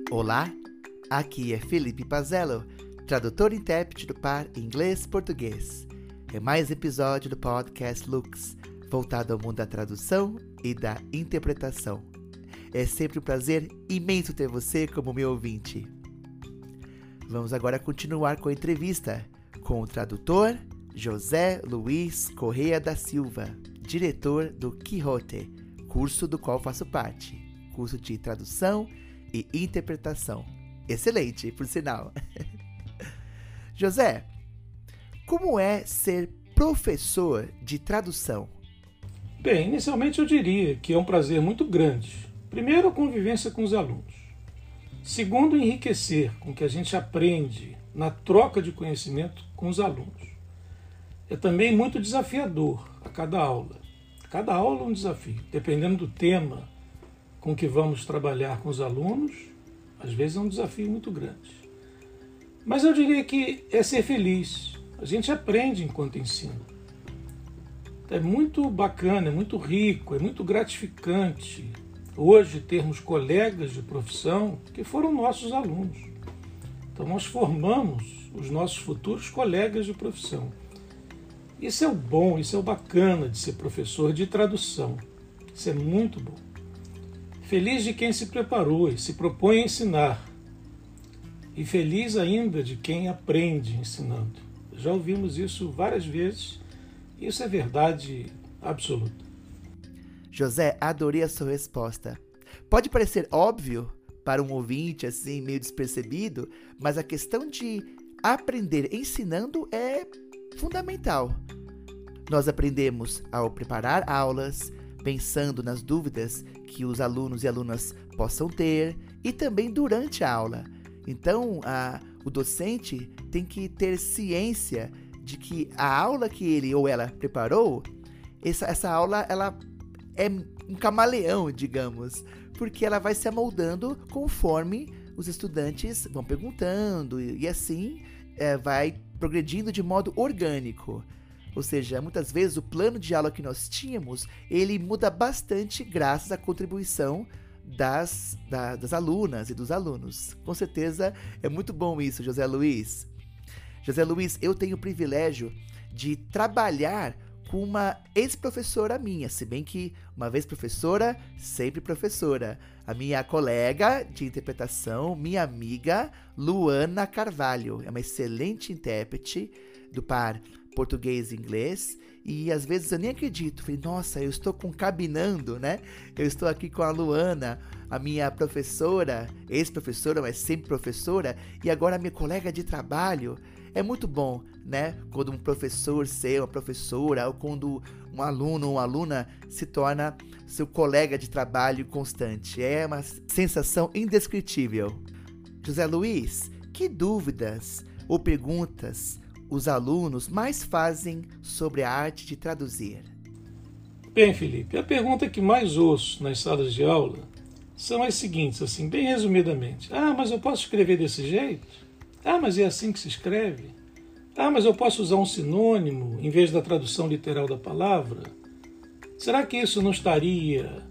Olá, aqui é Felipe Pazello, tradutor e intérprete do par inglês-português. É mais episódio do podcast Lux, voltado ao mundo da tradução e da interpretação. É sempre um prazer imenso ter você como meu ouvinte. Vamos agora continuar com a entrevista com o tradutor José Luiz Correia da Silva, diretor do Quixote, curso do qual faço parte, curso de tradução e interpretação. Excelente, por sinal. José, como é ser professor de tradução? Bem, inicialmente eu diria que é um prazer muito grande. Primeiro, a convivência com os alunos. Segundo, enriquecer com o que a gente aprende na troca de conhecimento com os alunos. É também muito desafiador a cada aula. Cada aula é um desafio, dependendo do tema com que vamos trabalhar com os alunos, às vezes é um desafio muito grande. Mas eu diria que é ser feliz. A gente aprende enquanto ensina. É muito bacana, é muito rico, é muito gratificante hoje termos colegas de profissão que foram nossos alunos. Então nós formamos os nossos futuros colegas de profissão. Isso é o bom, isso é o bacana de ser professor de tradução. Isso é muito bom. Feliz de quem se preparou e se propõe a ensinar. E feliz ainda de quem aprende ensinando. Já ouvimos isso várias vezes. Isso é verdade absoluta. José, adorei a sua resposta. Pode parecer óbvio para um ouvinte, assim, meio despercebido, mas a questão de aprender ensinando é fundamental. Nós aprendemos ao preparar aulas, pensando nas dúvidas que os alunos e alunas possam ter e também durante a aula. Então, o docente tem que ter ciência de que a aula que ele ou ela preparou, essa aula ela é um camaleão, digamos, porque ela vai se amoldando conforme os estudantes vão perguntando e assim vai progredindo de modo orgânico. Ou seja, muitas vezes o plano de aula que nós tínhamos, ele muda bastante graças à contribuição das alunas e dos alunos. Com certeza é muito bom isso, José Luiz. José Luiz, eu tenho o privilégio de trabalhar com uma ex-professora minha, se bem que uma vez professora, sempre professora. A minha colega de interpretação, minha amiga Luana Carvalho, é uma excelente intérprete do par português e inglês, e às vezes eu nem acredito, falei, nossa, eu estou concabinando, né? Eu estou aqui com a Luana, a minha professora, ex-professora, mas sempre professora, e agora a minha colega de trabalho. É muito bom, né? Quando um professor uma professora, ou quando um aluno ou uma aluna se torna seu colega de trabalho constante. É uma sensação indescritível. José Luiz, que dúvidas ou perguntas os alunos mais fazem sobre a arte de traduzir? Bem, Felipe, a pergunta que mais ouço nas salas de aula são as seguintes, assim, bem resumidamente. Mas eu posso escrever desse jeito? Mas é assim que se escreve? Mas eu posso usar um sinônimo em vez da tradução literal da palavra? Será que isso não estaria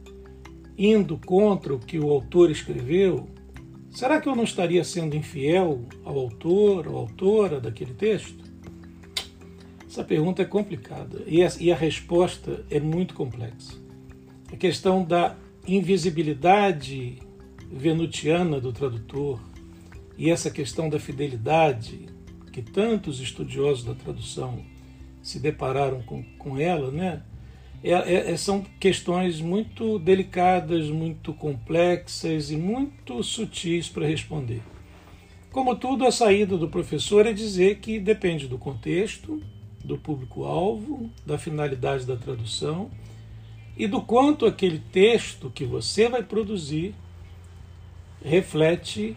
indo contra o que o autor escreveu? Será que eu não estaria sendo infiel ao autor ou autora daquele texto? Essa pergunta é complicada e a resposta é muito complexa. A questão da invisibilidade venutiana do tradutor e essa questão da fidelidade que tantos estudiosos da tradução se depararam com ela, né? São questões muito delicadas, muito complexas e muito sutis para responder. Como tudo, a saída do professor é dizer que depende do contexto, do público-alvo, da finalidade da tradução e do quanto aquele texto que você vai produzir reflete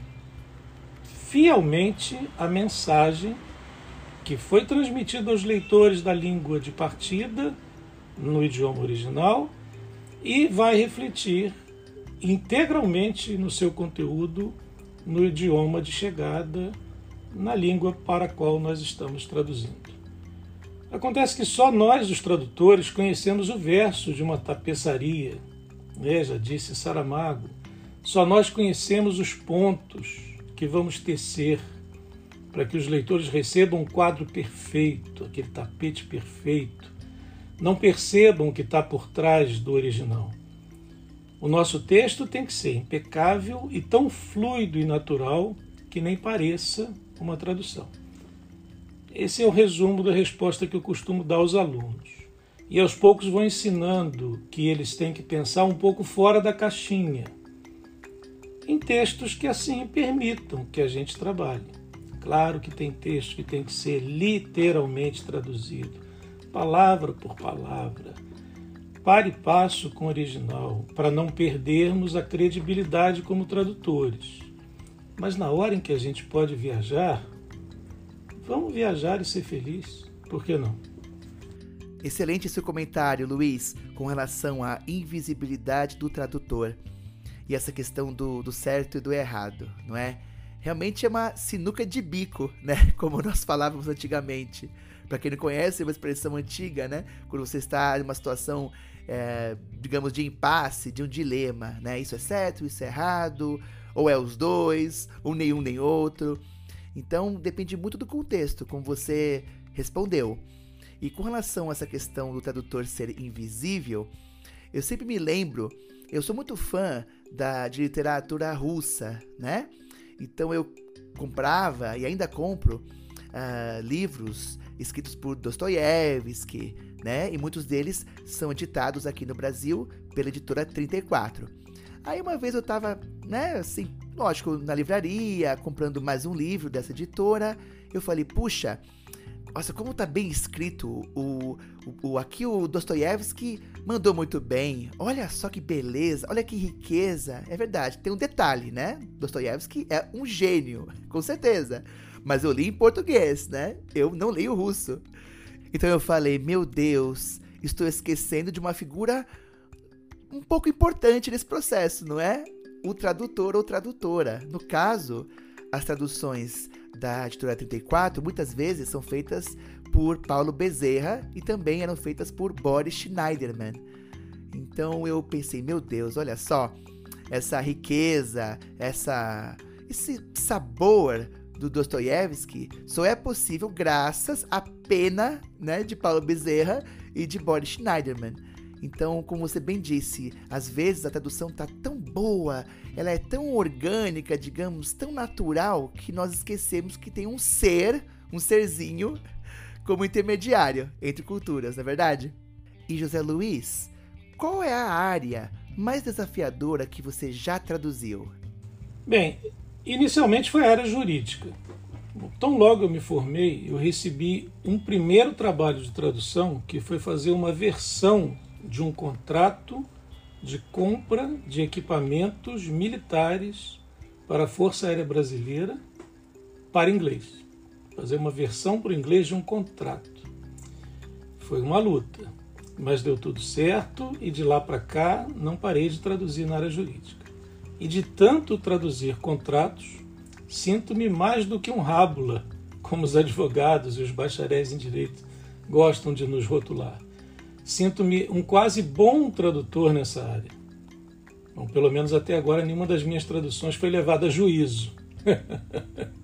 fielmente a mensagem que foi transmitida aos leitores da língua de partida, no idioma original, e vai refletir integralmente no seu conteúdo no idioma de chegada, na língua para a qual nós estamos traduzindo. Acontece que só nós, os tradutores, conhecemos o verso de uma tapeçaria, já disse Saramago, Só nós conhecemos os pontos que vamos tecer para que os leitores recebam um quadro perfeito, aquele tapete perfeito. Não percebam o que está por trás do original. O nosso texto tem que ser impecável e tão fluido e natural que nem pareça uma tradução. Esse é o resumo da resposta que eu costumo dar aos alunos. E aos poucos vou ensinando que eles têm que pensar um pouco fora da caixinha, em textos que assim permitam que a gente trabalhe. Claro que tem texto que tem que ser literalmente traduzido, palavra por palavra, par e passo com o original, para não perdermos a credibilidade como tradutores. Mas na hora em que a gente pode viajar, vamos viajar e ser feliz. Por que não? Excelente seu comentário, Luiz, com relação à invisibilidade do tradutor e essa questão do certo e do errado, não é? Realmente é uma sinuca de bico, né? Como nós falávamos antigamente. Para quem não conhece, é uma expressão antiga, né? Quando você está em uma situação, digamos, de impasse, de um dilema, né? Isso é certo, isso é errado, ou é os dois, ou nenhum nem outro. Então, depende muito do contexto, como você respondeu. E com relação a essa questão do tradutor ser invisível, eu sempre me lembro, eu sou muito fã de literatura russa, né? Então eu comprava e ainda compro livros escritos por Dostoiévski, né? E muitos deles são editados aqui no Brasil pela editora 34. Aí uma vez eu estava, né, assim, lógico, na livraria, comprando mais um livro dessa editora, eu falei, puxa, nossa, como tá bem escrito, aqui o Dostoiévski mandou muito bem, olha só que beleza, olha que riqueza. É verdade, tem um detalhe, né? Dostoiévski é um gênio, com certeza, mas eu li em português, né? Eu não leio russo. Então eu falei, meu Deus, estou esquecendo de uma figura um pouco importante nesse processo, não é? O tradutor ou tradutora. No caso, as traduções da editora 34 muitas vezes são feitas por Paulo Bezerra e também eram feitas por Boris Schneiderman. Então eu pensei, meu Deus, olha só, essa riqueza, esse sabor do Dostoiévski só é possível graças à pena, né, de Paulo Bezerra e de Boris Schneiderman. Então, como você bem disse, às vezes a tradução está tão boa, ela é tão orgânica, digamos, tão natural, que nós esquecemos que tem um serzinho, como intermediário entre culturas, não é verdade? E José Luiz, qual é a área mais desafiadora que você já traduziu? Bem, inicialmente foi a área jurídica. Tão logo eu me formei, eu recebi um primeiro trabalho de tradução, que foi fazer uma versão de um contrato de compra de equipamentos militares para a Força Aérea Brasileira para inglês. Fazer uma versão para o inglês de um contrato. Foi uma luta, mas deu tudo certo e de lá para cá não parei de traduzir na área jurídica. E de tanto traduzir contratos, sinto-me mais do que um rábula, como os advogados e os bacharéis em direito gostam de nos rotular. Sinto-me um quase bom tradutor nessa área. Bom, pelo menos até agora nenhuma das minhas traduções foi levada a juízo.